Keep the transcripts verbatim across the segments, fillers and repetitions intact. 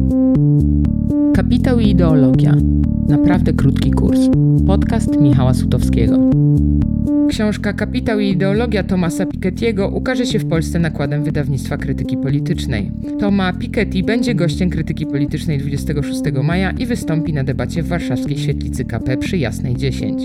Kapitał i ideologia. Naprawdę krótki kurs. Podcast Michała Sutowskiego. Książka Kapitał i ideologia Thomasa Piketty'ego ukaże się w Polsce nakładem wydawnictwa Krytyki Politycznej. Thomas Piketty będzie gościem Krytyki Politycznej dwudziestego szóstego maja i wystąpi na debacie w warszawskiej świetlicy K P przy Jasnej dziesięć.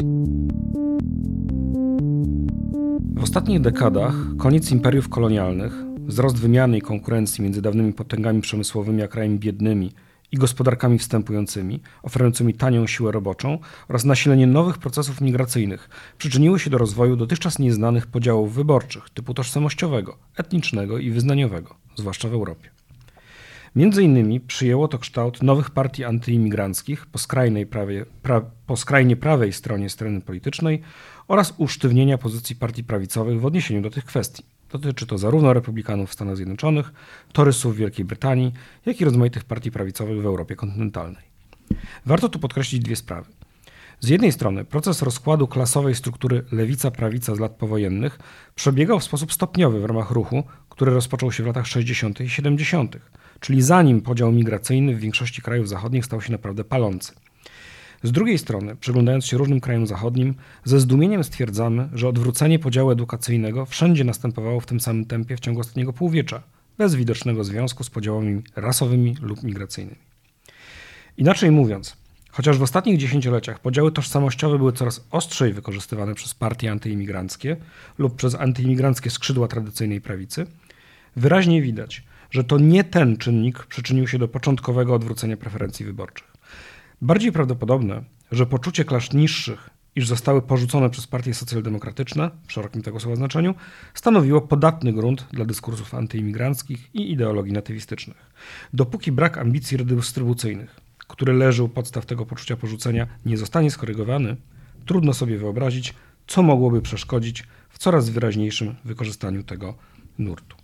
W ostatnich dekadach koniec imperiów kolonialnych, wzrost wymiany i konkurencji między dawnymi potęgami przemysłowymi a krajami biednymi i gospodarkami wstępującymi, oferującymi tanią siłę roboczą oraz nasilenie nowych procesów migracyjnych przyczyniły się do rozwoju dotychczas nieznanych podziałów wyborczych typu tożsamościowego, etnicznego i wyznaniowego, zwłaszcza w Europie. Między innymi przyjęło to kształt nowych partii antyimigranckich po, skrajnej prawie, pra, po skrajnie prawej stronie sceny politycznej oraz usztywnienia pozycji partii prawicowych w odniesieniu do tych kwestii. Dotyczy to zarówno republikanów w Stanach Zjednoczonych, torysów w Wielkiej Brytanii, jak i rozmaitych partii prawicowych w Europie kontynentalnej. Warto tu podkreślić dwie sprawy. Z jednej strony proces rozkładu klasowej struktury lewica-prawica z lat powojennych przebiegał w sposób stopniowy w ramach ruchu, który rozpoczął się w latach sześćdziesiątych i siedemdziesiątych, czyli zanim podział migracyjny w większości krajów zachodnich stał się naprawdę palący. Z drugiej strony, przyglądając się różnym krajom zachodnim, ze zdumieniem stwierdzamy, że odwrócenie podziału edukacyjnego wszędzie następowało w tym samym tempie w ciągu ostatniego półwiecza, bez widocznego związku z podziałami rasowymi lub migracyjnymi. Inaczej mówiąc, chociaż w ostatnich dziesięcioleciach podziały tożsamościowe były coraz ostrzej wykorzystywane przez partie antyimigranckie lub przez antyimigranckie skrzydła tradycyjnej prawicy, wyraźnie widać, że to nie ten czynnik przyczynił się do początkowego odwrócenia preferencji wyborczych. Bardziej prawdopodobne, że poczucie klas niższych, iż zostały porzucone przez partie socjaldemokratyczne, w szerokim tego słowa znaczeniu, stanowiło podatny grunt dla dyskursów antyimigranckich i ideologii natywistycznych. Dopóki brak ambicji redystrybucyjnych, który leży u podstaw tego poczucia porzucenia, nie zostanie skorygowany, trudno sobie wyobrazić, co mogłoby przeszkodzić w coraz wyraźniejszym wykorzystaniu tego nurtu.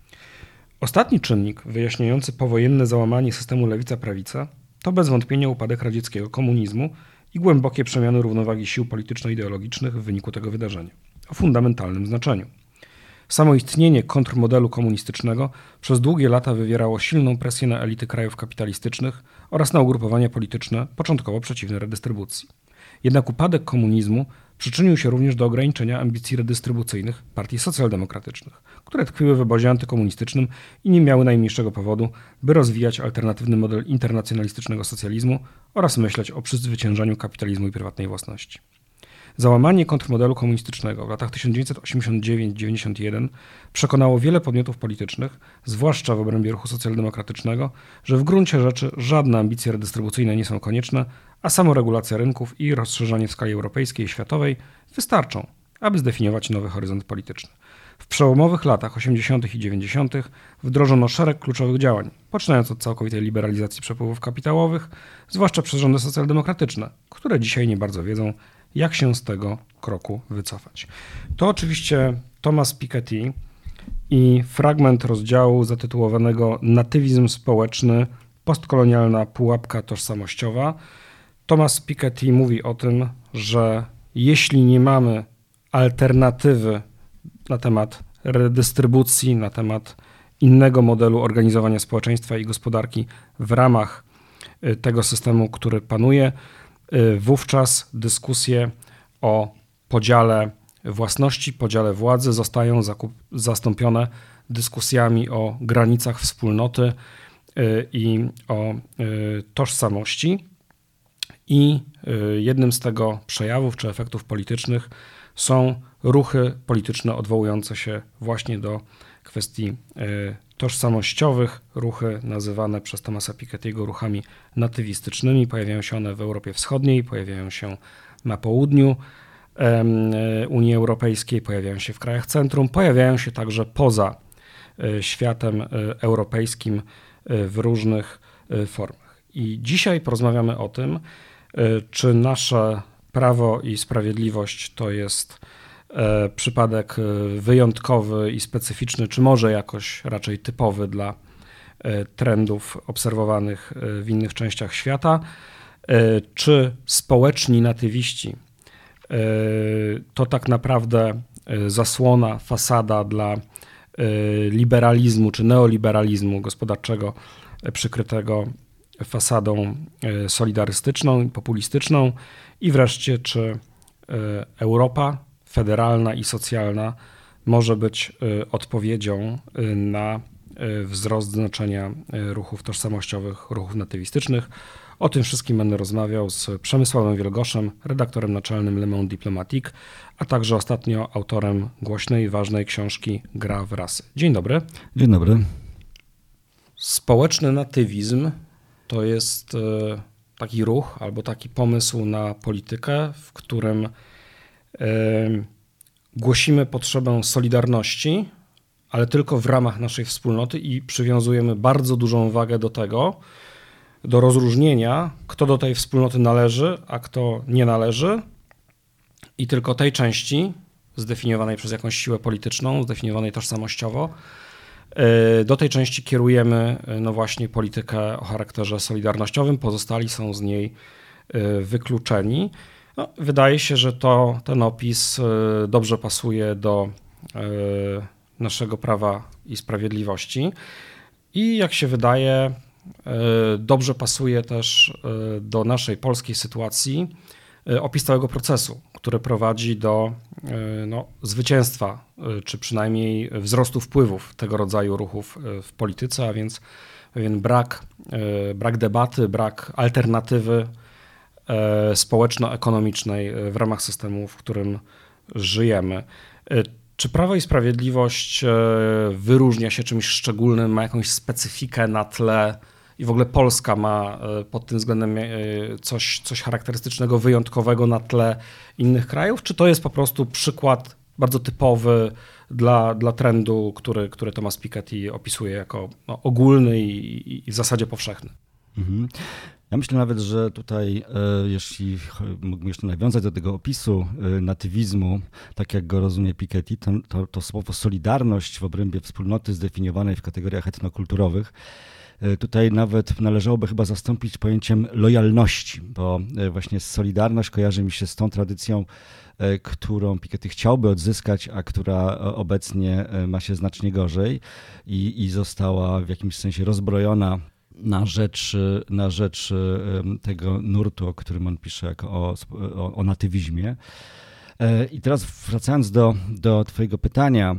Ostatni czynnik wyjaśniający powojenne załamanie systemu lewica-prawica to bez wątpienia upadek radzieckiego komunizmu i głębokie przemiany równowagi sił polityczno-ideologicznych w wyniku tego wydarzenia, o fundamentalnym znaczeniu. Samo istnienie kontrmodelu komunistycznego przez długie lata wywierało silną presję na elity krajów kapitalistycznych oraz na ugrupowania polityczne początkowo przeciwne redystrybucji. Jednak upadek komunizmu przyczynił się również do ograniczenia ambicji redystrybucyjnych partii socjaldemokratycznych, które tkwiły w obozie antykomunistycznym i nie miały najmniejszego powodu, by rozwijać alternatywny model internacjonalistycznego socjalizmu oraz myśleć o przezwyciężaniu kapitalizmu i prywatnej własności. Załamanie kontrmodelu komunistycznego w latach tysiąc dziewięćset osiemdziesiąt dziewięć do dziewięćdziesiąt jeden przekonało wiele podmiotów politycznych, zwłaszcza w obrębie ruchu socjaldemokratycznego, że w gruncie rzeczy żadne ambicje redystrybucyjne nie są konieczne, a samoregulacja rynków i rozszerzanie w skali europejskiej i światowej wystarczą, aby zdefiniować nowy horyzont polityczny. W przełomowych latach osiemdziesiątych i dziewięćdziesiątych wdrożono szereg kluczowych działań, poczynając od całkowitej liberalizacji przepływów kapitałowych, zwłaszcza przez rządy socjaldemokratyczne, które dzisiaj nie bardzo wiedzą, jak się z tego kroku wycofać. To oczywiście Thomas Piketty i fragment rozdziału zatytułowanego Natywizm społeczny, postkolonialna pułapka tożsamościowa. Thomas Piketty mówi o tym, że jeśli nie mamy alternatywy na temat redystrybucji, na temat innego modelu organizowania społeczeństwa i gospodarki w ramach tego systemu, który panuje, wówczas dyskusje o podziale własności, podziale władzy zostają zakup, zastąpione dyskusjami o granicach wspólnoty i o tożsamości. I jednym z tego przejawów czy efektów politycznych są ruchy polityczne odwołujące się właśnie do kwestii tożsamościowych, ruchy nazywane przez Thomasa Piketty'ego ruchami natywistycznymi. Pojawiają się one w Europie Wschodniej, pojawiają się na południu Unii Europejskiej, pojawiają się w krajach centrum, pojawiają się także poza światem europejskim w różnych formach. I dzisiaj porozmawiamy o tym, czy nasze Prawo i Sprawiedliwość to jest przypadek wyjątkowy i specyficzny, czy może jakoś raczej typowy dla trendów obserwowanych w innych częściach świata, czy społeczni natywiści to tak naprawdę zasłona, fasada dla liberalizmu czy neoliberalizmu gospodarczego przykrytego fasadą solidarystyczną i populistyczną i wreszcie czy Europa federalna i socjalna może być odpowiedzią na wzrost znaczenia ruchów tożsamościowych, ruchów natywistycznych. O tym wszystkim będę rozmawiał z Przemysławem Wielgoszem, redaktorem naczelnym Le Monde Diplomatique, a także ostatnio autorem głośnej i ważnej książki Gra w rasy. Dzień dobry. Dzień dobry. Społeczny natywizm to jest taki ruch albo taki pomysł na politykę, w którym głosimy potrzebę solidarności, ale tylko w ramach naszej wspólnoty i przywiązujemy bardzo dużą wagę do tego, do rozróżnienia, kto do tej wspólnoty należy, a kto nie należy i tylko tej części zdefiniowanej przez jakąś siłę polityczną, zdefiniowanej tożsamościowo, do tej części kierujemy no właśnie politykę o charakterze solidarnościowym, pozostali są z niej wykluczeni. No, wydaje się, że to, ten opis dobrze pasuje do naszego Prawa i Sprawiedliwości i jak się wydaje, dobrze pasuje też do naszej polskiej sytuacji opis całego procesu, który prowadzi do no, zwycięstwa, czy przynajmniej wzrostu wpływów tego rodzaju ruchów w polityce, a więc pewien brak, brak debaty, brak alternatywy społeczno-ekonomicznej w ramach systemu, w którym żyjemy. Czy Prawo i Sprawiedliwość wyróżnia się czymś szczególnym, ma jakąś specyfikę na tle i w ogóle Polska ma pod tym względem coś, coś charakterystycznego, wyjątkowego na tle innych krajów? Czy to jest po prostu przykład bardzo typowy dla, dla trendu, który, który Thomas Piketty opisuje jako no, ogólny i, i w zasadzie powszechny? Mhm. Ja myślę nawet, że tutaj, jeśli mógłbym jeszcze nawiązać do tego opisu natywizmu, tak jak go rozumie Piketty, to, to, to słowo solidarność w obrębie wspólnoty zdefiniowanej w kategoriach etnokulturowych, tutaj nawet należałoby chyba zastąpić pojęciem lojalności, bo właśnie solidarność kojarzy mi się z tą tradycją, którą Piketty chciałby odzyskać, a która obecnie ma się znacznie gorzej i, i została w jakimś sensie rozbrojona na rzecz, na rzecz tego nurtu, o którym on pisze jako o, o, o natywizmie. I teraz wracając do, do twojego pytania,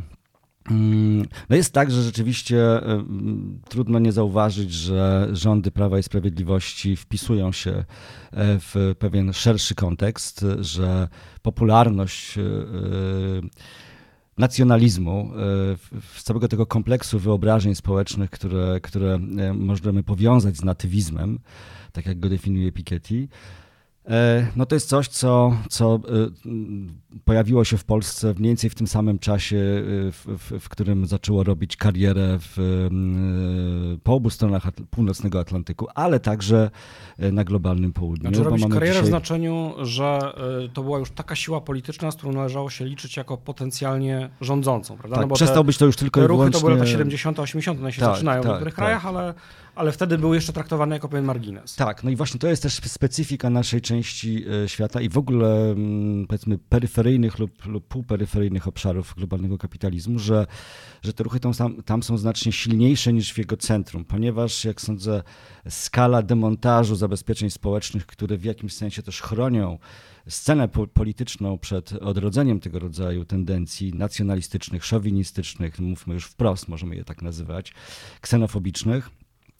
no jest tak, że rzeczywiście trudno nie zauważyć, że rządy Prawa i Sprawiedliwości wpisują się w pewien szerszy kontekst, że popularność nacjonalizmu, z całego tego kompleksu wyobrażeń społecznych, które, które możemy powiązać z natywizmem, tak jak go definiuje Piketty, no to jest coś, co, co pojawiło się w Polsce mniej więcej w tym samym czasie, w, w, w którym zaczęło robić karierę w, po obu stronach północnego Atlantyku, ale także na globalnym południu. Znaczy robić karierę dzisiaj... w znaczeniu, że to była już taka siła polityczna, z którą należało się liczyć jako potencjalnie rządzącą, prawda? Tak, no bo przestał te, być to już tylko te i ruchy wyłącznie... to były lata siedemdziesiąte, osiemdziesiąte, one się tak, zaczynają tak, w niektórych tak. krajach, ale, ale wtedy były jeszcze traktowane jako pewien margines. Tak, no i właśnie to jest też specyfika naszej części świata i w ogóle powiedzmy peryferyjnych lub, lub półperyferyjnych obszarów globalnego kapitalizmu, że, że te ruchy tam, tam są znacznie silniejsze niż w jego centrum, ponieważ jak sądzę skala demontażu zabezpieczeń społecznych, które w jakimś sensie też chronią scenę po- polityczną przed odrodzeniem tego rodzaju tendencji nacjonalistycznych, szowinistycznych, mówmy już wprost, możemy je tak nazywać, ksenofobicznych,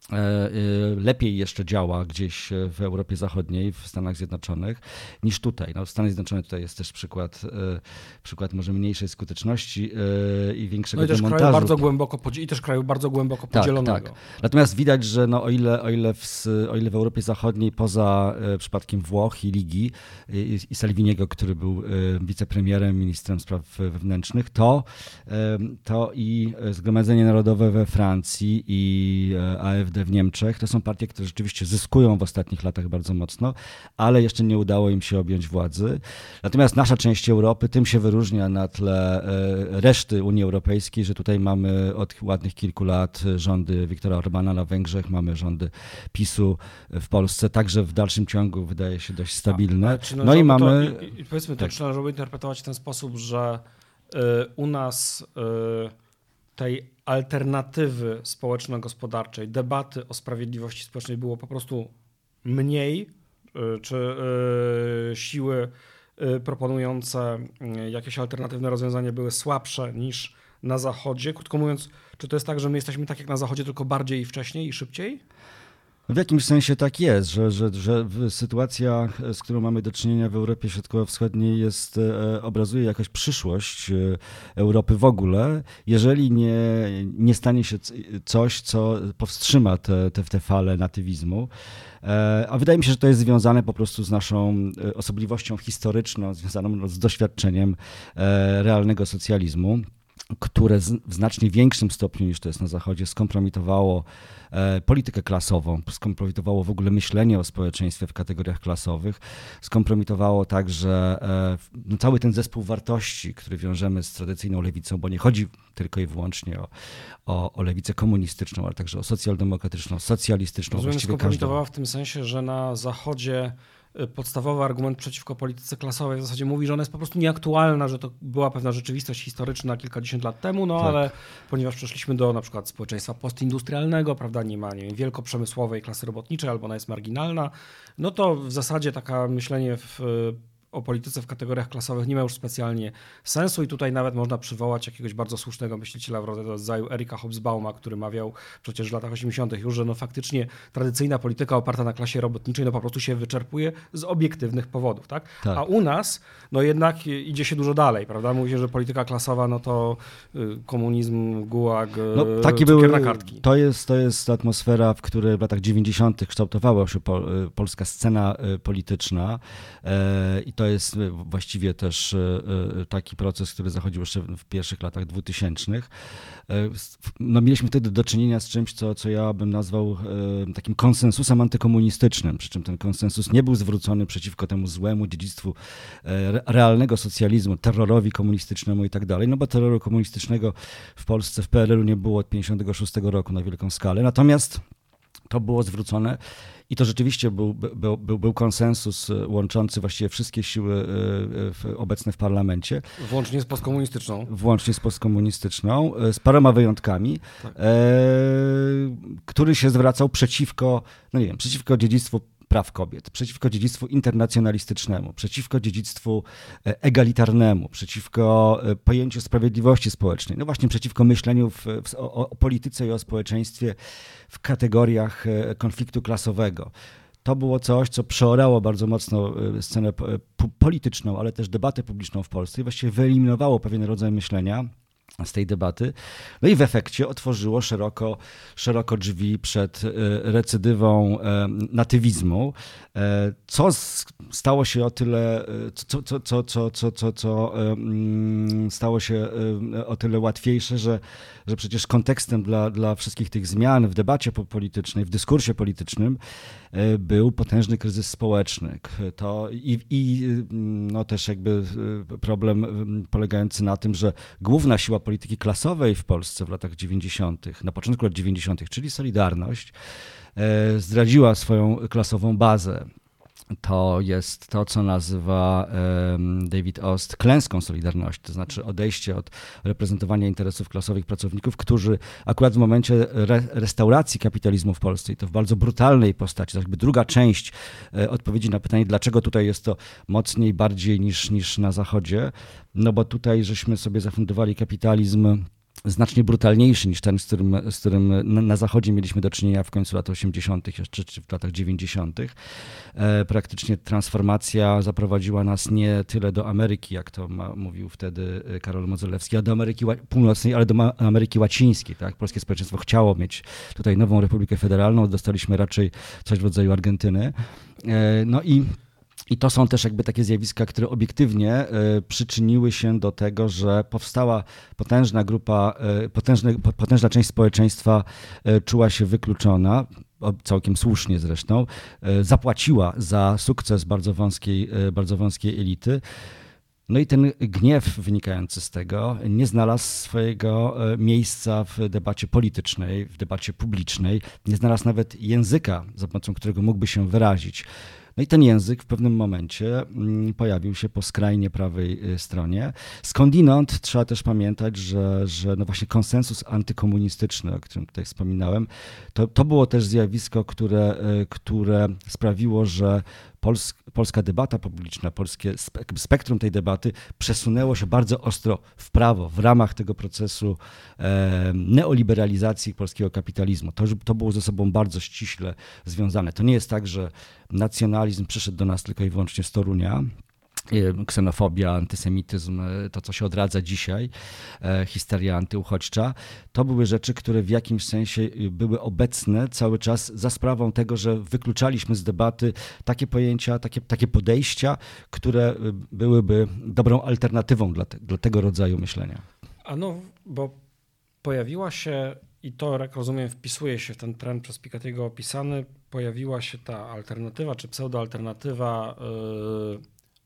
lepiej jeszcze działa gdzieś w Europie Zachodniej, w Stanach Zjednoczonych niż tutaj. No, Stany Zjednoczone tutaj jest też przykład, przykład może mniejszej skuteczności i większego no i też demontażu. Kraju bardzo głęboko podzi- I też kraju bardzo głęboko podzielonego. Tak, tak. Natomiast widać, że no, o, ile, o, ile w, o ile w Europie Zachodniej poza przypadkiem Włoch i Ligi i, i Salviniego, który był wicepremierem, ministrem spraw wewnętrznych, to, to i Zgromadzenie Narodowe we Francji i A F D w Niemczech. To są partie, które rzeczywiście zyskują w ostatnich latach bardzo mocno, ale jeszcze nie udało im się objąć władzy. Natomiast nasza część Europy tym się wyróżnia na tle reszty Unii Europejskiej, że tutaj mamy od ładnych kilku lat rządy Viktora Orbana na Węgrzech, mamy rządy PiSu w Polsce, także w dalszym ciągu wydaje się dość stabilne. Tak, no i mamy... To, i, i powiedzmy, tak. to czy należałoby interpretować w ten sposób, że y, u nas... Y, tej alternatywy społeczno-gospodarczej, debaty o sprawiedliwości społecznej było po prostu mniej, czy siły proponujące jakieś alternatywne rozwiązania były słabsze niż na Zachodzie? Krótko mówiąc, czy to jest tak, że my jesteśmy tak jak na Zachodzie, tylko bardziej i wcześniej i szybciej? W jakimś sensie tak jest, że, że, że sytuacja, z którą mamy do czynienia w Europie Środkowo-Wschodniej jest, obrazuje jakaś przyszłość Europy w ogóle, jeżeli nie, nie stanie się coś, co powstrzyma te, te, te fale natywizmu. A wydaje mi się, że to jest związane po prostu z naszą osobliwością historyczną, związaną z doświadczeniem realnego socjalizmu, które w znacznie większym stopniu niż to jest na Zachodzie skompromitowało politykę klasową, skompromitowało w ogóle myślenie o społeczeństwie w kategoriach klasowych, skompromitowało także no, cały ten zespół wartości, który wiążemy z tradycyjną lewicą, bo nie chodzi tylko i wyłącznie o, o, o lewicę komunistyczną, ale także o socjaldemokratyczną, socjalistyczną. Rozumiem, właściwie skompromitowała każdą. w tym sensie, że na Zachodzie podstawowy argument przeciwko polityce klasowej w zasadzie mówi, że ona jest po prostu nieaktualna, że to była pewna rzeczywistość historyczna kilkadziesiąt lat temu, no tak. Ale ponieważ przeszliśmy do na przykład społeczeństwa postindustrialnego, prawda, nie ma nie wiem, wielkoprzemysłowej klasy robotniczej, albo ona jest marginalna, no to w zasadzie taka myślenie w o polityce w kategoriach klasowych nie ma już specjalnie sensu i tutaj nawet można przywołać jakiegoś bardzo słusznego myśliciela w rodzaju Erika Hobsbauma, który mawiał przecież w latach osiemdziesiątych już, że no faktycznie tradycyjna polityka oparta na klasie robotniczej no po prostu się wyczerpuje z obiektywnych powodów, tak? Tak. A u nas no jednak idzie się dużo dalej, prawda? Mówi się, że polityka klasowa no to komunizm, gułag, no, takie cukier były, na kartki. To jest, to jest atmosfera, w której w latach dziewięćdziesiątych kształtowała się po, polska scena polityczna e, i to jest właściwie też taki proces, który zachodził jeszcze w pierwszych latach dwutysięcznych. No, mieliśmy wtedy do czynienia z czymś, co, co ja bym nazwał takim konsensusem antykomunistycznym, przy czym ten konsensus nie był zwrócony przeciwko temu złemu dziedzictwu realnego socjalizmu, terrorowi komunistycznemu i tak dalej, no bo terroru komunistycznego w Polsce, w P R L u nie było od pięćdziesiątego szóstego roku na wielką skalę, natomiast to było zwrócone i to rzeczywiście był, był, był, był konsensus łączący właściwie wszystkie siły obecne w parlamencie. Włącznie z postkomunistyczną. Włącznie z postkomunistyczną, z paroma wyjątkami, tak. e, który się zwracał przeciwko, no nie wiem, przeciwko dziedzictwu praw kobiet, przeciwko dziedzictwu internacjonalistycznemu, przeciwko dziedzictwu egalitarnemu, przeciwko pojęciu sprawiedliwości społecznej, no właśnie przeciwko myśleniu w, w, o, o polityce i o społeczeństwie w kategoriach konfliktu klasowego. To było coś, co przeorało bardzo mocno scenę polityczną, ale też debatę publiczną w Polsce i właściwie wyeliminowało pewien rodzaj myślenia z tej debaty. No i w efekcie otworzyło szeroko, szeroko drzwi przed recydywą natywizmu, co stało się o tyle, co, co, co, co, co, co, co stało się o tyle łatwiejsze, że, że przecież kontekstem dla, dla wszystkich tych zmian w debacie politycznej, w dyskursie politycznym był potężny kryzys społeczny. To i, i no też jakby problem polegający na tym, że główna siła polityki klasowej w Polsce w latach dziewięćdziesiątych, na początku lat dziewięćdziesiątych, czyli Solidarność, zdradziła swoją klasową bazę. To jest to, co nazywa David Ost klęską Solidarności, to znaczy odejście od reprezentowania interesów klasowych pracowników, którzy akurat w momencie re- restauracji kapitalizmu w Polsce, i to w bardzo brutalnej postaci, to jakby druga część odpowiedzi na pytanie, dlaczego tutaj jest to mocniej, bardziej niż, niż na Zachodzie, no bo tutaj żeśmy sobie zafundowali kapitalizm znacznie brutalniejszy niż ten, z którym, z którym na, na Zachodzie mieliśmy do czynienia w końcu lat osiemdziesiątych czy, czy w latach dziewięćdziesiątych. E, praktycznie transformacja zaprowadziła nas nie tyle do Ameryki, jak to ma, mówił wtedy Karol Modzelewski, a do Ameryki Północnej, ale do Ma- Ameryki Łacińskiej. Tak? Polskie społeczeństwo chciało mieć tutaj nową Republikę Federalną, dostaliśmy raczej coś w rodzaju Argentyny. E, no i I to są też jakby takie zjawiska, które obiektywnie y, przyczyniły się do tego, że powstała potężna grupa, y, potężny, potężna część społeczeństwa y, czuła się wykluczona, całkiem słusznie zresztą, y, zapłaciła za sukces bardzo wąskiej, y, bardzo wąskiej elity. No i ten gniew wynikający z tego nie znalazł swojego miejsca w debacie politycznej, w debacie publicznej, nie znalazł nawet języka, za pomocą którego mógłby się wyrazić. No i ten język w pewnym momencie pojawił się po skrajnie prawej stronie. Skądinąd trzeba też pamiętać, że, że no właśnie konsensus antykomunistyczny, o którym tutaj wspominałem, to, to było też zjawisko, które, które sprawiło, że Pols, polska debata publiczna, polskie spektrum tej debaty przesunęło się bardzo ostro w prawo w ramach tego procesu e, neoliberalizacji polskiego kapitalizmu. To, to było ze sobą bardzo ściśle związane. To nie jest tak, że nacjonalizm przyszedł do nas tylko i wyłącznie z Torunia. Ksenofobia, antysemityzm, to co się odradza dzisiaj, histeria antyuchodźcza, to były rzeczy, które w jakimś sensie były obecne cały czas za sprawą tego, że wykluczaliśmy z debaty takie pojęcia, takie, takie podejścia, które byłyby dobrą alternatywą dla, te, dla tego rodzaju myślenia. A no, bo pojawiła się, i to, jak rozumiem, wpisuje się w ten trend przez Piketty'ego opisany, pojawiła się ta alternatywa, czy pseudoalternatywa yy,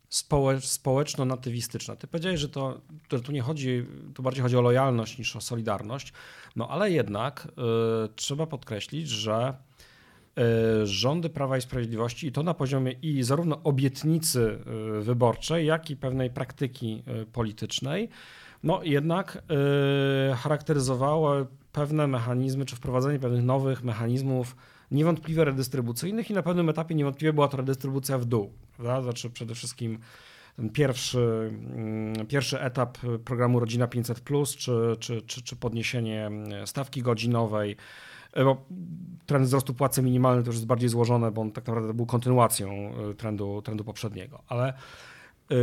społeczno-natywistyczna. Ty powiedziałeś, że to, że tu nie chodzi, tu bardziej chodzi o lojalność niż o solidarność, no ale jednak y, trzeba podkreślić, że y, rządy Prawa i Sprawiedliwości i to na poziomie i zarówno obietnicy y, wyborczej, jak i pewnej praktyki y, politycznej, no jednak y, charakteryzowały pewne mechanizmy, czy wprowadzenie pewnych nowych mechanizmów niewątpliwie redystrybucyjnych i na pewnym etapie niewątpliwie była to redystrybucja w dół. Prawda? Znaczy przede wszystkim ten pierwszy, pierwszy etap programu Rodzina pięćset plus, czy, czy, czy, czy podniesienie stawki godzinowej, bo trend wzrostu płacy minimalnej to już jest bardziej złożone, bo on tak naprawdę był kontynuacją trendu, trendu poprzedniego. Ale yy,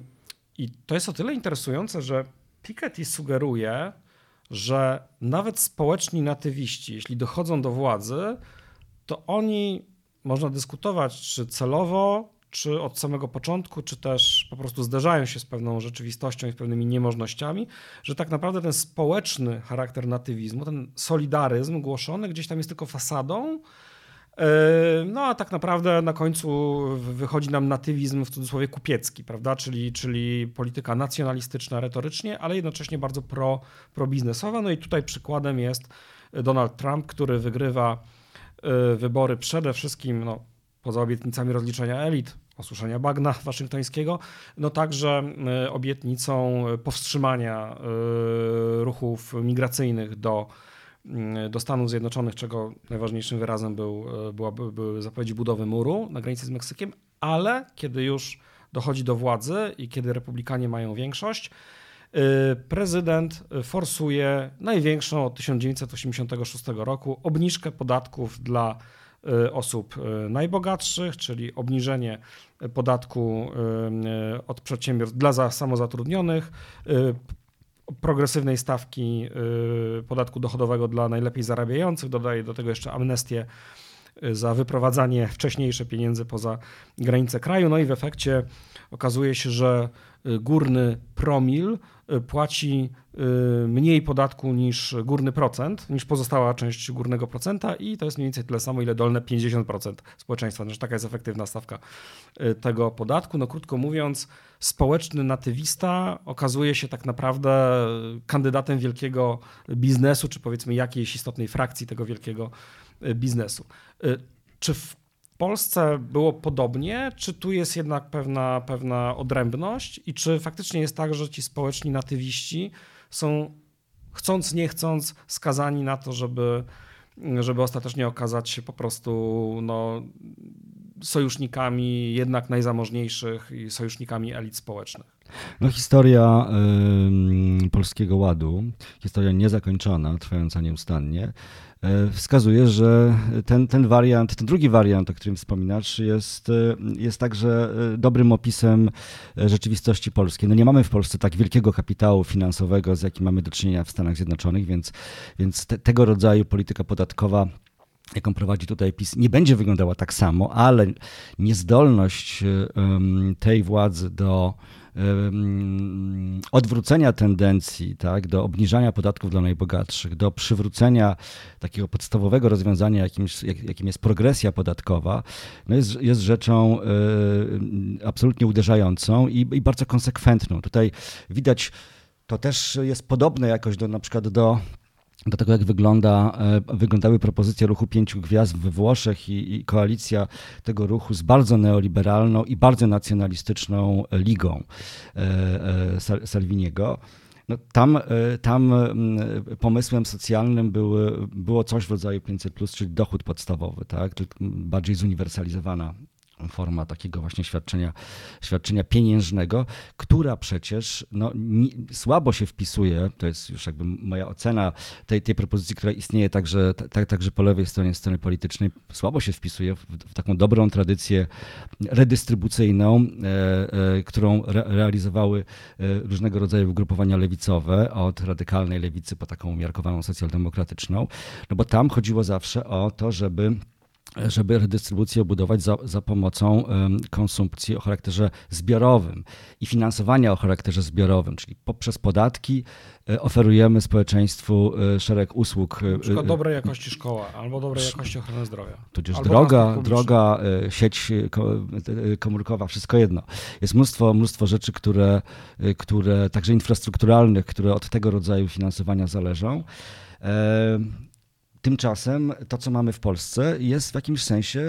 i to jest o tyle interesujące, że Piketty sugeruje, że nawet społeczni natywiści, jeśli dochodzą do władzy, to oni, można dyskutować, czy celowo, czy od samego początku, czy też po prostu zderzają się z pewną rzeczywistością i z pewnymi niemożnościami, że tak naprawdę ten społeczny charakter natywizmu, ten solidaryzm głoszony gdzieś tam jest tylko fasadą, no a tak naprawdę na końcu wychodzi nam natywizm w cudzysłowie kupiecki, prawda? Czyli, czyli polityka nacjonalistyczna retorycznie, ale jednocześnie bardzo pro, probiznesowa. No i tutaj przykładem jest Donald Trump, który wygrywa wybory przede wszystkim, no, poza obietnicami rozliczenia elit, osuszenia bagna waszyngtońskiego, no także obietnicą powstrzymania ruchów migracyjnych do, do Stanów Zjednoczonych, czego najważniejszym wyrazem był, była, były zapowiedzi budowy muru na granicy z Meksykiem, ale kiedy już dochodzi do władzy i kiedy republikanie mają większość, prezydent forsuje największą od tysiąc dziewięćset osiemdziesiątego szóstego roku obniżkę podatków dla osób najbogatszych, czyli obniżenie podatku od przedsiębiorstw dla samozatrudnionych, progresywnej stawki podatku dochodowego dla najlepiej zarabiających, dodaje do tego jeszcze amnestię za wyprowadzanie wcześniejsze pieniędzy poza granice kraju. No i w efekcie okazuje się, że górny promil płaci mniej podatku niż górny procent, niż pozostała część górnego procenta i to jest mniej więcej tyle samo, ile dolne pięćdziesiąt procent społeczeństwa. Znaczy taka jest efektywna stawka tego podatku. No krótko mówiąc, społeczny natywista okazuje się tak naprawdę kandydatem wielkiego biznesu, czy powiedzmy jakiejś istotnej frakcji tego wielkiego biznesu. Czy w Polsce było podobnie, czy tu jest jednak pewna, pewna odrębność i czy faktycznie jest tak, że ci społeczni natywiści są chcąc, nie chcąc skazani na to, żeby, żeby ostatecznie okazać się po prostu no, sojusznikami jednak najzamożniejszych i sojusznikami elit społecznych? No, historia y, Polskiego Ładu, historia niezakończona, trwająca nieustannie, y, wskazuje, że ten, ten wariant, ten drugi wariant, o którym wspominasz, jest, jest także dobrym opisem rzeczywistości polskiej. No nie mamy w Polsce tak wielkiego kapitału finansowego, z jakim mamy do czynienia w Stanach Zjednoczonych, więc, więc te, tego rodzaju polityka podatkowa, jaką prowadzi tutaj PiS, nie będzie wyglądała tak samo, ale niezdolność tej władzy do odwrócenia tendencji, tak, do obniżania podatków dla najbogatszych, do przywrócenia takiego podstawowego rozwiązania, jakim, jakim jest progresja podatkowa, no jest, jest rzeczą y, absolutnie uderzającą i, i bardzo konsekwentną. Tutaj widać, to też jest podobne jakoś do, na przykład do do tego, jak wygląda, wyglądały propozycje ruchu Pięciu Gwiazd we Włoszech i, i koalicja tego ruchu z bardzo neoliberalną i bardzo nacjonalistyczną ligą Salviniego. No, tam, tam pomysłem socjalnym były, było coś w rodzaju pięćset plus, czyli dochód podstawowy, tak? Bardziej zuniwersalizowana forma takiego właśnie świadczenia, świadczenia pieniężnego, która przecież no, nie, słabo się wpisuje, to jest już jakby moja ocena tej, tej propozycji, która istnieje także, tak, także po lewej stronie sceny politycznej, słabo się wpisuje w, w taką dobrą tradycję redystrybucyjną, e, e, którą re, realizowały e, różnego rodzaju ugrupowania lewicowe, od radykalnej lewicy po taką umiarkowaną socjaldemokratyczną, no bo tam chodziło zawsze o to, żeby żeby redystrybucję obudować za, za pomocą um, konsumpcji o charakterze zbiorowym i finansowania o charakterze zbiorowym, czyli poprzez podatki e, oferujemy społeczeństwu e, szereg usług. Na przykład dobrej jakości szkoła albo dobrej jakości ochrony zdrowia. Tudzież droga, droga, e, sieć komórkowa, wszystko jedno. Jest mnóstwo, mnóstwo rzeczy, które, które także infrastrukturalnych, które od tego rodzaju finansowania zależą. E, Tymczasem to, co mamy w Polsce, jest w jakimś sensie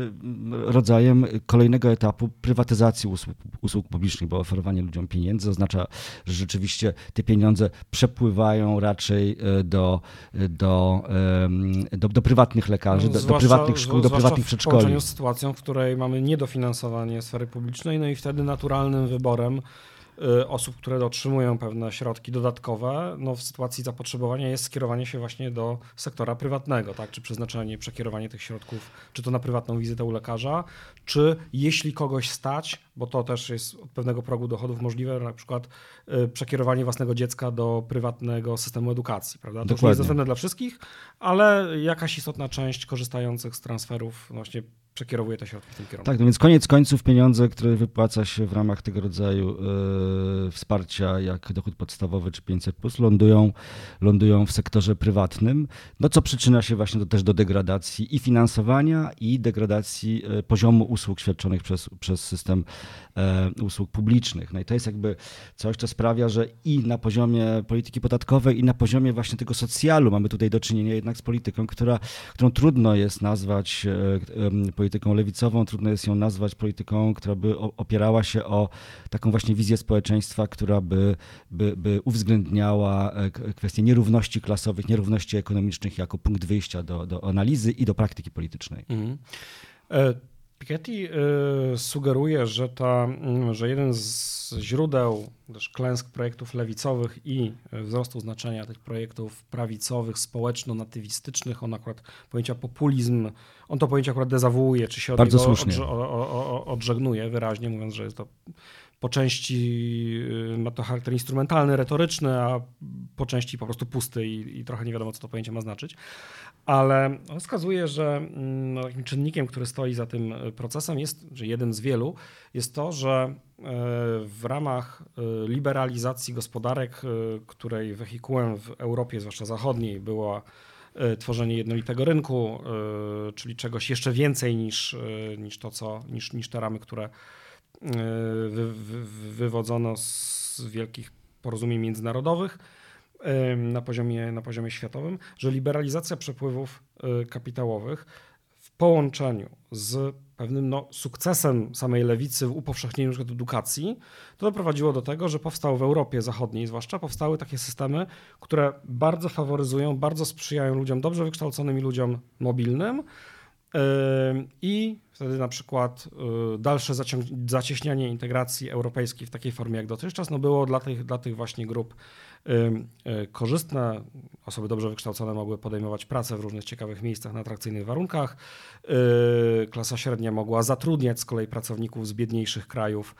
rodzajem kolejnego etapu prywatyzacji usług, usług publicznych, bo oferowanie ludziom pieniędzy oznacza, że rzeczywiście te pieniądze przepływają raczej do, do, do, do prywatnych lekarzy, no, do, zwłaszcza, do prywatnych szkół, do prywatnych przedszkoli. W połączeniu z sytuacją, w której mamy niedofinansowanie sfery publicznej, no i wtedy naturalnym wyborem osób, które otrzymują pewne środki dodatkowe, no w sytuacji zapotrzebowania jest skierowanie się właśnie do sektora prywatnego, tak? Czy przeznaczenie, przekierowanie tych środków, czy to na prywatną wizytę u lekarza, czy jeśli kogoś stać, bo to też jest od pewnego progu dochodów możliwe, na przykład przekierowanie własnego dziecka do prywatnego systemu edukacji, prawda? To już nie jest dostępne dla wszystkich, ale jakaś istotna część korzystających z transferów właśnie przekierowuje te środki w tym kierunku. Tak, no więc koniec końców pieniądze, które wypłaca się w ramach tego rodzaju y, wsparcia jak dochód podstawowy czy pięćset plus, lądują, lądują w sektorze prywatnym, no co przyczynia się właśnie do, też do degradacji i finansowania, i degradacji y, poziomu usług świadczonych przez, przez system y, usług publicznych. No i to jest jakby coś, co sprawia, że i na poziomie polityki podatkowej, i na poziomie właśnie tego socjalu mamy tutaj do czynienia jednak z polityką, która, którą trudno jest nazwać y, y, polityką lewicową, trudno jest ją nazwać polityką, która by opierała się o taką właśnie wizję społeczeństwa, która by, by, by uwzględniała kwestie nierówności klasowych, nierówności ekonomicznych jako punkt wyjścia do, do analizy i do praktyki politycznej. Mhm. Piketty sugeruje, że, ta, że jeden z źródeł też klęsk projektów lewicowych i wzrostu znaczenia tych projektów prawicowych, społeczno-natywistycznych, on akurat pojęcia populizm, on to pojęcie akurat dezawuuje, czy się od Bardzo niego słusznie. odż- odżegnuje wyraźnie, mówiąc, że jest to po części ma to charakter instrumentalny, retoryczny, a po części po prostu pusty i, i trochę nie wiadomo, co to pojęcie ma znaczyć. Ale on wskazuje, że no, takim czynnikiem, który stoi za tym procesem jest, że jeden z wielu, jest to, że w ramach liberalizacji gospodarek, której wehikułem w Europie, zwłaszcza zachodniej, było tworzenie jednolitego rynku, czyli czegoś jeszcze więcej niż, niż to, co, niż, niż te ramy, które wy, wy, wywodzono z wielkich porozumień międzynarodowych na poziomie, na poziomie światowym, że liberalizacja przepływów kapitałowych w połączeniu z pewnym no, sukcesem samej lewicy w upowszechnieniu na przykład edukacji, to doprowadziło do tego, że powstały w Europie Zachodniej zwłaszcza, powstały takie systemy, które bardzo faworyzują, bardzo sprzyjają ludziom dobrze wykształconym i ludziom mobilnym, i wtedy na przykład dalsze zacią- zacieśnianie integracji europejskiej w takiej formie jak dotychczas no było dla tych, dla tych właśnie grup korzystne. Osoby dobrze wykształcone mogły podejmować pracę w różnych ciekawych miejscach na atrakcyjnych warunkach. Klasa średnia mogła zatrudniać z kolei pracowników z biedniejszych krajów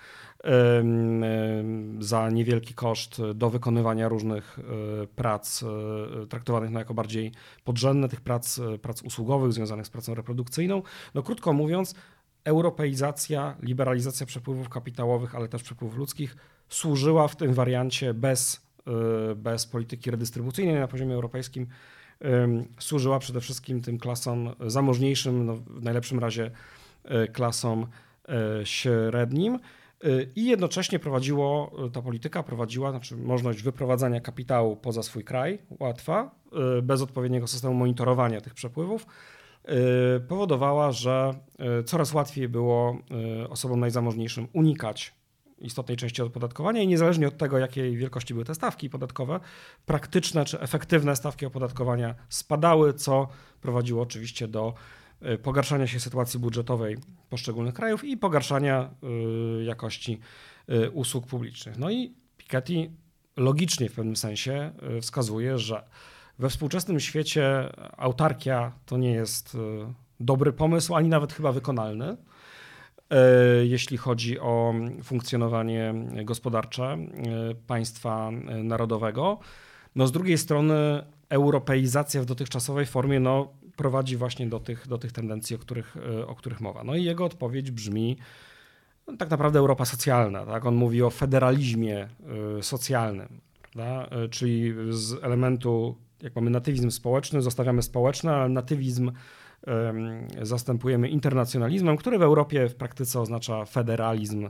za niewielki koszt do wykonywania różnych prac traktowanych no jako bardziej podrzędne, tych prac, prac usługowych związanych z pracą reprodukcyjną. No krótko mówiąc, europeizacja, liberalizacja przepływów kapitałowych, ale też przepływów ludzkich służyła w tym wariancie bez, bez polityki redystrybucyjnej na poziomie europejskim, służyła przede wszystkim tym klasom zamożniejszym, no w najlepszym razie klasom średnim. I jednocześnie prowadziło, ta polityka prowadziła, znaczy możliwość wyprowadzania kapitału poza swój kraj, łatwa, bez odpowiedniego systemu monitorowania tych przepływów, powodowała, że coraz łatwiej było osobom najzamożniejszym unikać istotnej części opodatkowania i niezależnie od tego, jakiej wielkości były te stawki podatkowe, praktyczne czy efektywne stawki opodatkowania spadały, co prowadziło oczywiście do pogarszania się sytuacji budżetowej poszczególnych krajów i pogarszania jakości usług publicznych. No i Piketty logicznie w pewnym sensie wskazuje, że we współczesnym świecie autarkia to nie jest dobry pomysł, ani nawet chyba wykonalny, jeśli chodzi o funkcjonowanie gospodarcze państwa narodowego. No z drugiej strony europeizacja w dotychczasowej formie no, prowadzi właśnie do tych, do tych tendencji, o których, o których mowa. No i jego odpowiedź brzmi no, tak naprawdę Europa socjalna. Tak? On mówi o federalizmie socjalnym, prawda? Czyli z elementu, jak mamy natywizm społeczny, zostawiamy społeczne, ale natywizm zastępujemy internacjonalizmem, który w Europie w praktyce oznacza federalizm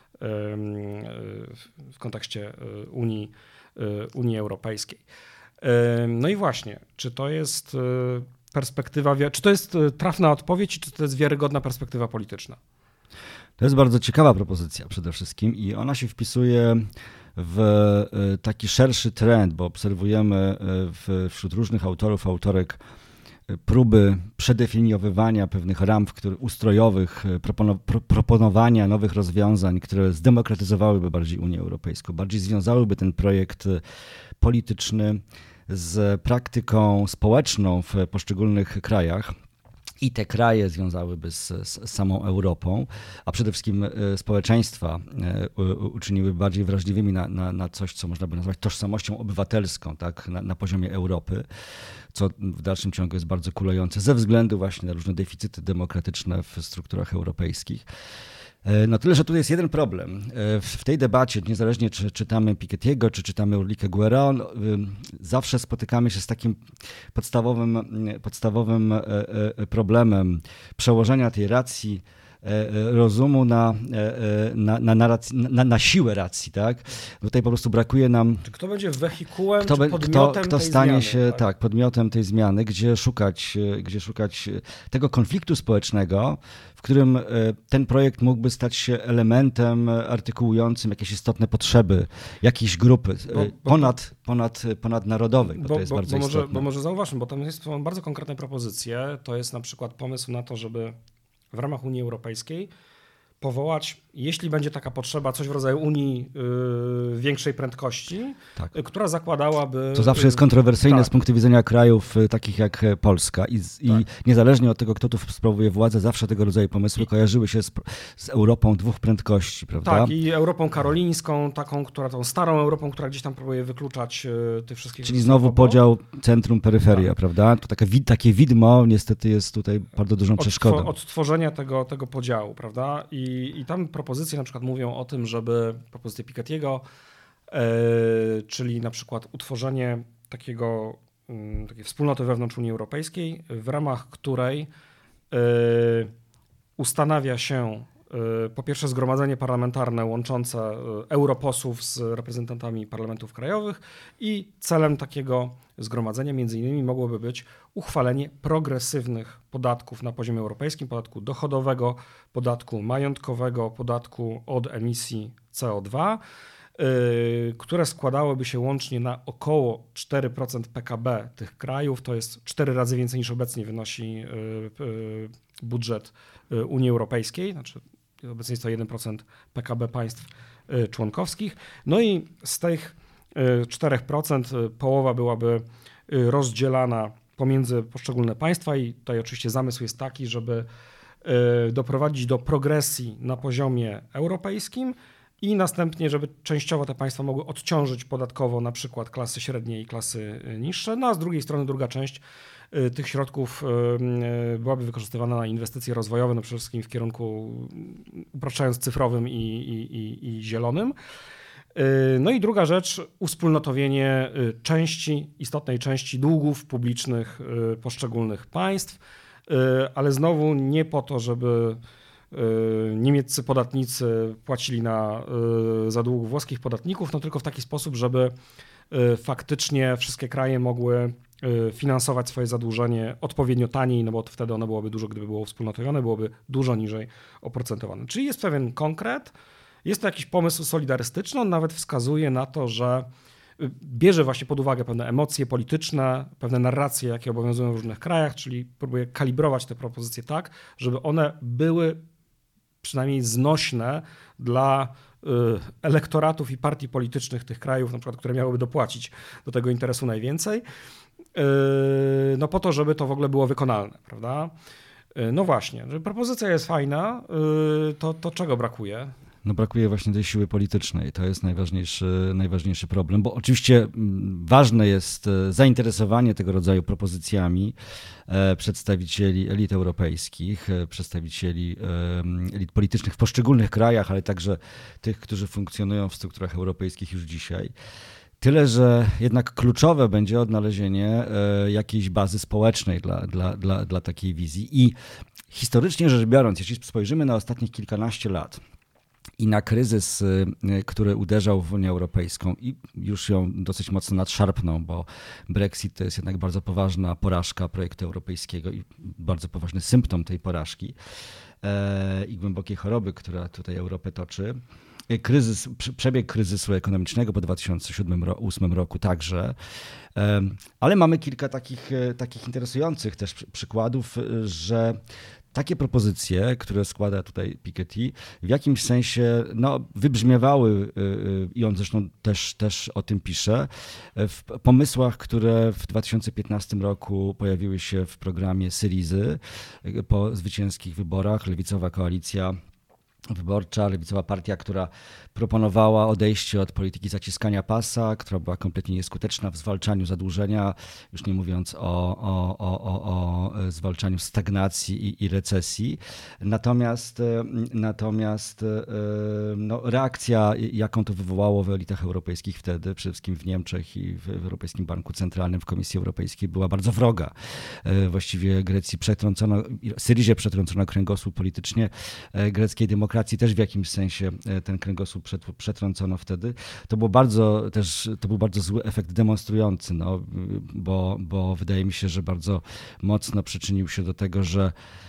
w kontekście Unii, Unii Europejskiej. No i właśnie, czy to jest perspektywa, czy to jest trafna odpowiedź, czy to jest wiarygodna perspektywa polityczna? To jest bardzo ciekawa propozycja przede wszystkim i ona się wpisuje w taki szerszy trend, bo obserwujemy wśród różnych autorów, autorek próby przedefiniowywania pewnych ram ustrojowych, proponowania nowych rozwiązań, które zdemokratyzowałyby bardziej Unię Europejską, bardziej związałyby ten projekt polityczny z praktyką społeczną w poszczególnych krajach. I te kraje związałyby z, z samą Europą, a przede wszystkim społeczeństwa uczyniły bardziej wrażliwymi na, na, na coś, co można by nazwać tożsamością obywatelską, tak, na, na poziomie Europy, co w dalszym ciągu jest bardzo kulejące ze względu właśnie na różne deficyty demokratyczne w strukturach europejskich. No tyle, że tu jest jeden problem. W tej debacie, niezależnie czy czytamy Piketty'ego, czy czytamy Ulrike Guerrero, zawsze spotykamy się z takim podstawowym, podstawowym problemem przełożenia tej racji rozumu na, na, na, na, na, na siłę racji, tak? Tutaj po prostu brakuje nam... Czy kto będzie wehikułem, kto, czy podmiotem kto, kto tej stanie zmiany, się tak? tak, podmiotem tej zmiany, gdzie szukać, gdzie szukać tego konfliktu społecznego, w którym ten projekt mógłby stać się elementem artykułującym jakieś istotne potrzeby jakiejś grupy bo, bo, ponad, ponad, ponadnarodowej, bo, bo to jest bo, bardzo bo może, istotne. Bo może zauważmy, bo tam jest, są bardzo konkretne propozycje. To jest na przykład pomysł na to, żeby w ramach Unii Europejskiej powołać, jeśli będzie taka potrzeba, coś w rodzaju Unii yy, większej prędkości, tak. yy, która zakładałaby... To zawsze jest kontrowersyjne tak. z punktu widzenia krajów yy, takich jak Polska i, z, tak. i niezależnie od tego, kto tu sprawuje władzę, zawsze tego rodzaju pomysły I... kojarzyły się z, z Europą dwóch prędkości, prawda? Tak, i Europą karolińską, taką, która tą starą Europą, która gdzieś tam próbuje wykluczać yy, tych wszystkich... Czyli znowu obok. podział centrum-peryferia, tak. prawda? To takie, takie widmo niestety jest tutaj bardzo dużą Odtwo- przeszkodą. Odtworzenia tego, tego podziału, prawda? I, i tam propozycje na przykład mówią o tym, żeby propozycje Piketty'ego, yy, czyli na przykład utworzenie takiego, yy, takiej wspólnoty wewnątrz Unii Europejskiej, w ramach której yy, ustanawia się yy, po pierwsze zgromadzenie parlamentarne łączące yy, europosłów z reprezentantami parlamentów krajowych i celem takiego zgromadzenia między innymi mogłoby być uchwalenie progresywnych podatków na poziomie europejskim, podatku dochodowego, podatku majątkowego, podatku od emisji C O dwa, yy, które składałyby się łącznie na około cztery procent P K B tych krajów. To jest cztery razy więcej niż obecnie wynosi yy, yy, budżet yy, Unii Europejskiej, znaczy obecnie jest to jeden procent P K B państw yy, członkowskich. No i z tych cztery procent połowa byłaby rozdzielana pomiędzy poszczególne państwa i tutaj oczywiście zamysł jest taki, żeby doprowadzić do progresji na poziomie europejskim i następnie, żeby częściowo te państwa mogły odciążyć podatkowo na przykład klasy średnie i klasy niższe, no a z drugiej strony druga część tych środków byłaby wykorzystywana na inwestycje rozwojowe, no przede wszystkim w kierunku, upraszczając, cyfrowym i, i, i, i zielonym. No i druga rzecz, uwspólnotowienie części, istotnej części długów publicznych poszczególnych państw, ale znowu nie po to, żeby niemieccy podatnicy płacili na, za dług włoskich podatników, no tylko w taki sposób, żeby faktycznie wszystkie kraje mogły finansować swoje zadłużenie odpowiednio taniej, no bo wtedy ono byłoby dużo, gdyby było wspólnotowione, byłoby dużo niżej oprocentowane. Czyli jest pewien konkret, jest to jakiś pomysł solidarystyczny, on nawet wskazuje na to, że bierze właśnie pod uwagę pewne emocje polityczne, pewne narracje, jakie obowiązują w różnych krajach, czyli próbuje kalibrować te propozycje tak, żeby one były przynajmniej znośne dla elektoratów i partii politycznych tych krajów, na przykład, które miałyby dopłacić do tego interesu najwięcej, no po to, żeby to w ogóle było wykonalne, prawda? No właśnie, że propozycja jest fajna, to, to czego brakuje? No brakuje właśnie tej siły politycznej. To jest najważniejszy, najważniejszy problem, bo oczywiście ważne jest zainteresowanie tego rodzaju propozycjami przedstawicieli elit europejskich, przedstawicieli elit politycznych w poszczególnych krajach, ale także tych, którzy funkcjonują w strukturach europejskich już dzisiaj. Tyle, że jednak kluczowe będzie odnalezienie jakiejś bazy społecznej dla, dla, dla, dla takiej wizji. I historycznie rzecz biorąc, jeśli spojrzymy na ostatnich kilkanaście lat, i na kryzys, który uderzał w Unię Europejską i już ją dosyć mocno nadszarpnął, bo Brexit to jest jednak bardzo poważna porażka projektu europejskiego i bardzo poważny symptom tej porażki i głębokiej choroby, która tutaj Europę toczy. Kryzys, przebieg kryzysu ekonomicznego po dwa tysiące siódmym ósmym roku także, ale mamy kilka takich, takich interesujących też przykładów, że takie propozycje, które składa tutaj Piketty, w jakimś sensie no, wybrzmiewały, i on zresztą też, też o tym pisze, w pomysłach, które w dwa tysiące piętnastym roku pojawiły się w programie Syrizy po zwycięskich wyborach. Lewicowa koalicja wyborcza, lewicowa partia, która proponowała odejście od polityki zaciskania pasa, która była kompletnie nieskuteczna w zwalczaniu zadłużenia, już nie mówiąc o, o, o, o, o zwalczaniu stagnacji i, i recesji. Natomiast, natomiast no, reakcja, jaką to wywołało w elitach europejskich wtedy, przede wszystkim w Niemczech i w Europejskim Banku Centralnym, w Komisji Europejskiej, była bardzo wroga. Właściwie Grecji przetrącono, Syrizie przetrącono kręgosłup politycznie, greckiej demokracji też w jakimś sensie ten kręgosłup przetrącono wtedy. To było bardzo też, to był bardzo zły efekt demonstrujący, no, bo, bo wydaje mi się, że bardzo mocno przyczynił się do tego, że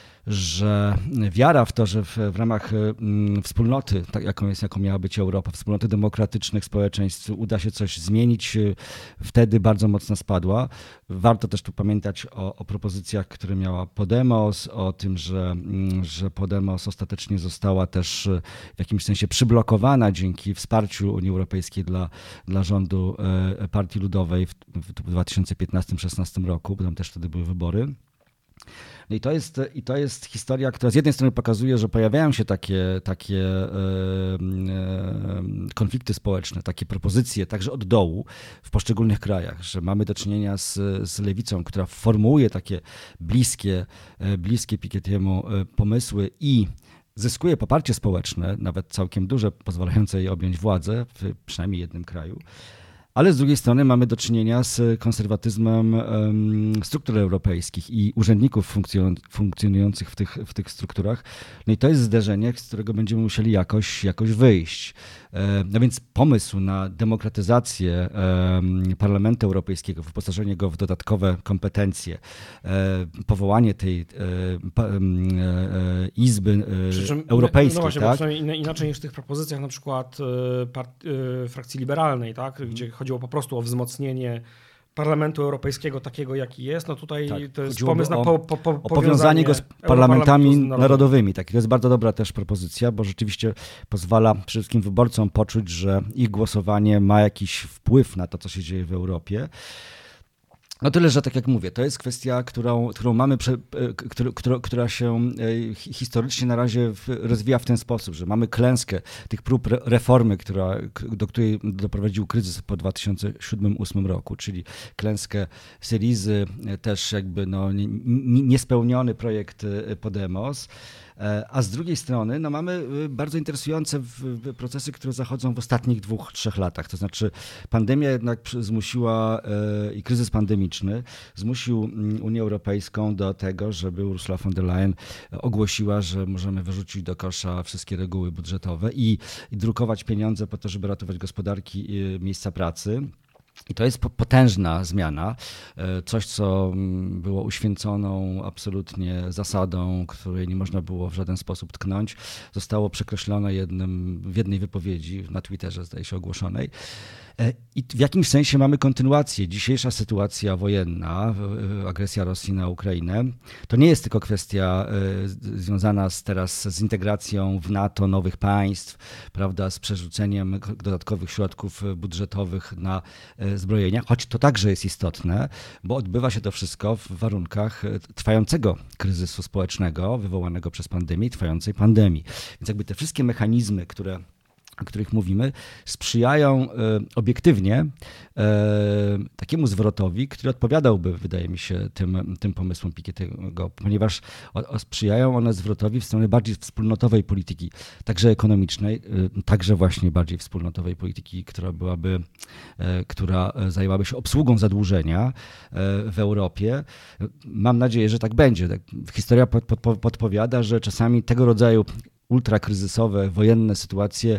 że wiara w to, że w, w ramach wspólnoty, tak jaką jest, jaką miała być Europa, wspólnoty demokratycznych społeczeństw uda się coś zmienić, wtedy bardzo mocno spadła. Warto też tu pamiętać o, o propozycjach, które miała Podemos, o tym, że, że Podemos ostatecznie została też w jakimś sensie przyblokowana dzięki wsparciu Unii Europejskiej dla, dla rządu Partii Ludowej w, w dwa tysiące piętnastym szesnastym roku, bo tam też wtedy były wybory. No i to jest, i to jest historia, która z jednej strony pokazuje, że pojawiają się takie, takie e, e, konflikty społeczne, takie propozycje także od dołu w poszczególnych krajach, że mamy do czynienia z, z lewicą, która formułuje takie bliskie, bliskie Piketty'emu pomysły i zyskuje poparcie społeczne, nawet całkiem duże, pozwalające jej objąć władzę w przynajmniej jednym kraju. Ale z drugiej strony mamy do czynienia z konserwatyzmem um, struktur europejskich i urzędników funkcjonujących w tych, w tych strukturach. No i to jest zderzenie, z którego będziemy musieli jakoś, jakoś wyjść. E, no więc pomysł na demokratyzację um, Parlamentu Europejskiego, wyposażenie go w dodatkowe kompetencje, e, powołanie tej e, pa, e, Izby e, Europejskiej. No właśnie, tak? bo inaczej niż w tych propozycjach na przykład e, part, e, frakcji liberalnej, tak? Gdzie chodziło po prostu o wzmocnienie Parlamentu Europejskiego takiego, jaki jest. No tutaj tak, to jest pomysł na po, po, po, o powiązanie go z parlamentami narodowymi. Tak, to jest bardzo dobra też propozycja, bo rzeczywiście pozwala przede wszystkim wyborcom poczuć, że ich głosowanie ma jakiś wpływ na to, co się dzieje w Europie. No tyle, że tak jak mówię, to jest kwestia, którą, którą mamy, która, która się historycznie na razie rozwija w ten sposób, że mamy klęskę tych prób reformy, która, do której doprowadził kryzys po dwa tysiące siódmym ósmym roku, czyli klęskę Syrizy, też jakby no, niespełniony projekt Podemos. A z drugiej strony no, mamy bardzo interesujące procesy, które zachodzą w ostatnich dwóch, trzech latach. To znaczy pandemia jednak zmusiła i kryzys pandemii ekonomiczny zmusił Unię Europejską do tego, żeby Ursula von der Leyen ogłosiła, że możemy wyrzucić do kosza wszystkie reguły budżetowe i, i drukować pieniądze po to, żeby ratować gospodarki i miejsca pracy. I to jest potężna zmiana, coś, co było uświęconą absolutnie zasadą, której nie można było w żaden sposób tknąć, zostało przekreślone jednym, w jednej wypowiedzi na Twitterze, zdaje się, ogłoszonej. I w jakimś sensie mamy kontynuację. Dzisiejsza sytuacja wojenna, agresja Rosji na Ukrainę, to nie jest tylko kwestia związana z, teraz z integracją w NATO nowych państw, prawda, z przerzuceniem dodatkowych środków budżetowych na zbrojenia, choć to także jest istotne, bo odbywa się to wszystko w warunkach trwającego kryzysu społecznego wywołanego przez pandemię i trwającej pandemii. Więc jakby te wszystkie mechanizmy, które o których mówimy, sprzyjają obiektywnie takiemu zwrotowi, który odpowiadałby, wydaje mi się, tym, tym pomysłom Piketty'ego, ponieważ sprzyjają one zwrotowi w stronę bardziej wspólnotowej polityki, także ekonomicznej, także właśnie bardziej wspólnotowej polityki, która byłaby, która zajęłaby się obsługą zadłużenia w Europie. Mam nadzieję, że tak będzie. Historia podpowiada, że czasami tego rodzaju ultrakryzysowe, wojenne sytuacje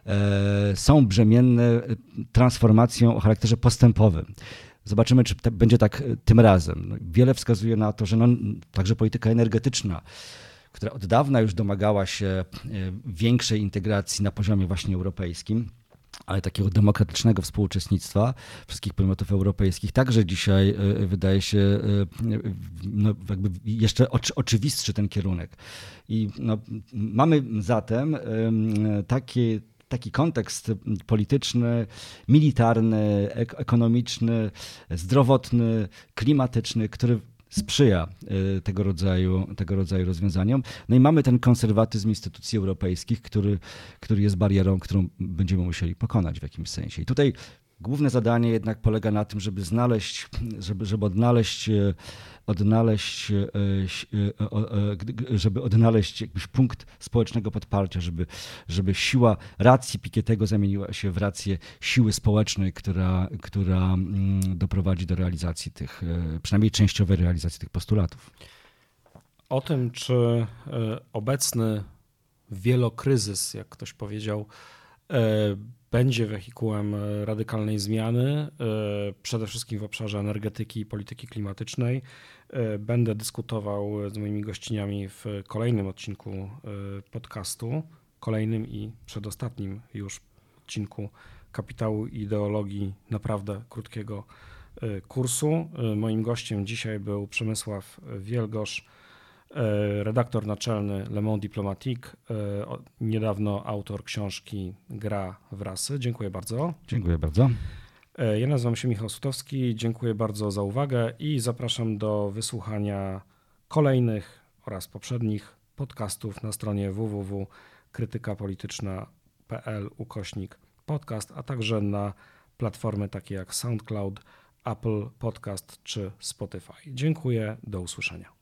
e, są brzemienne transformacją o charakterze postępowym. Zobaczymy, czy te, będzie tak tym razem. No, wiele wskazuje na to, że no, także polityka energetyczna, która od dawna już domagała się większej integracji na poziomie właśnie europejskim, ale takiego demokratycznego współuczestnictwa wszystkich podmiotów europejskich, także dzisiaj wydaje się no, jakby jeszcze oczy, oczywistszy ten kierunek. I no, mamy zatem taki, taki kontekst polityczny, militarny, ek- ekonomiczny, zdrowotny, klimatyczny, który sprzyja tego rodzaju, tego rodzaju rozwiązaniom. No i mamy ten konserwatyzm instytucji europejskich, który, który jest barierą, którą będziemy musieli pokonać w jakimś sensie. I tutaj główne zadanie jednak polega na tym, żeby znaleźć, żeby, żeby odnaleźć, odnaleźć, żeby odnaleźć jakiś punkt społecznego podparcia, żeby, żeby siła racji Piketty'ego zamieniła się w rację siły społecznej, która, która doprowadzi do realizacji tych, przynajmniej częściowej realizacji tych postulatów. O tym, czy obecny wielokryzys, jak ktoś powiedział, będzie wehikułem radykalnej zmiany, przede wszystkim w obszarze energetyki i polityki klimatycznej. Będę dyskutował z moimi gościniami w kolejnym odcinku podcastu, kolejnym i przedostatnim już odcinku Kapitału i Ideologii naprawdę krótkiego kursu. Moim gościem dzisiaj był Przemysław Wielgosz, redaktor naczelny Le Monde Diplomatique, niedawno autor książki Gra w rasy. Dziękuję bardzo. Dziękuję bardzo. Ja nazywam się Michał Sutowski. Dziękuję bardzo za uwagę i zapraszam do wysłuchania kolejnych oraz poprzednich podcastów na stronie w w w kropka krytykapolityczna kropka p l ukośnik podcast, a także na platformy takie jak SoundCloud, Apple Podcast czy Spotify. Dziękuję, do usłyszenia.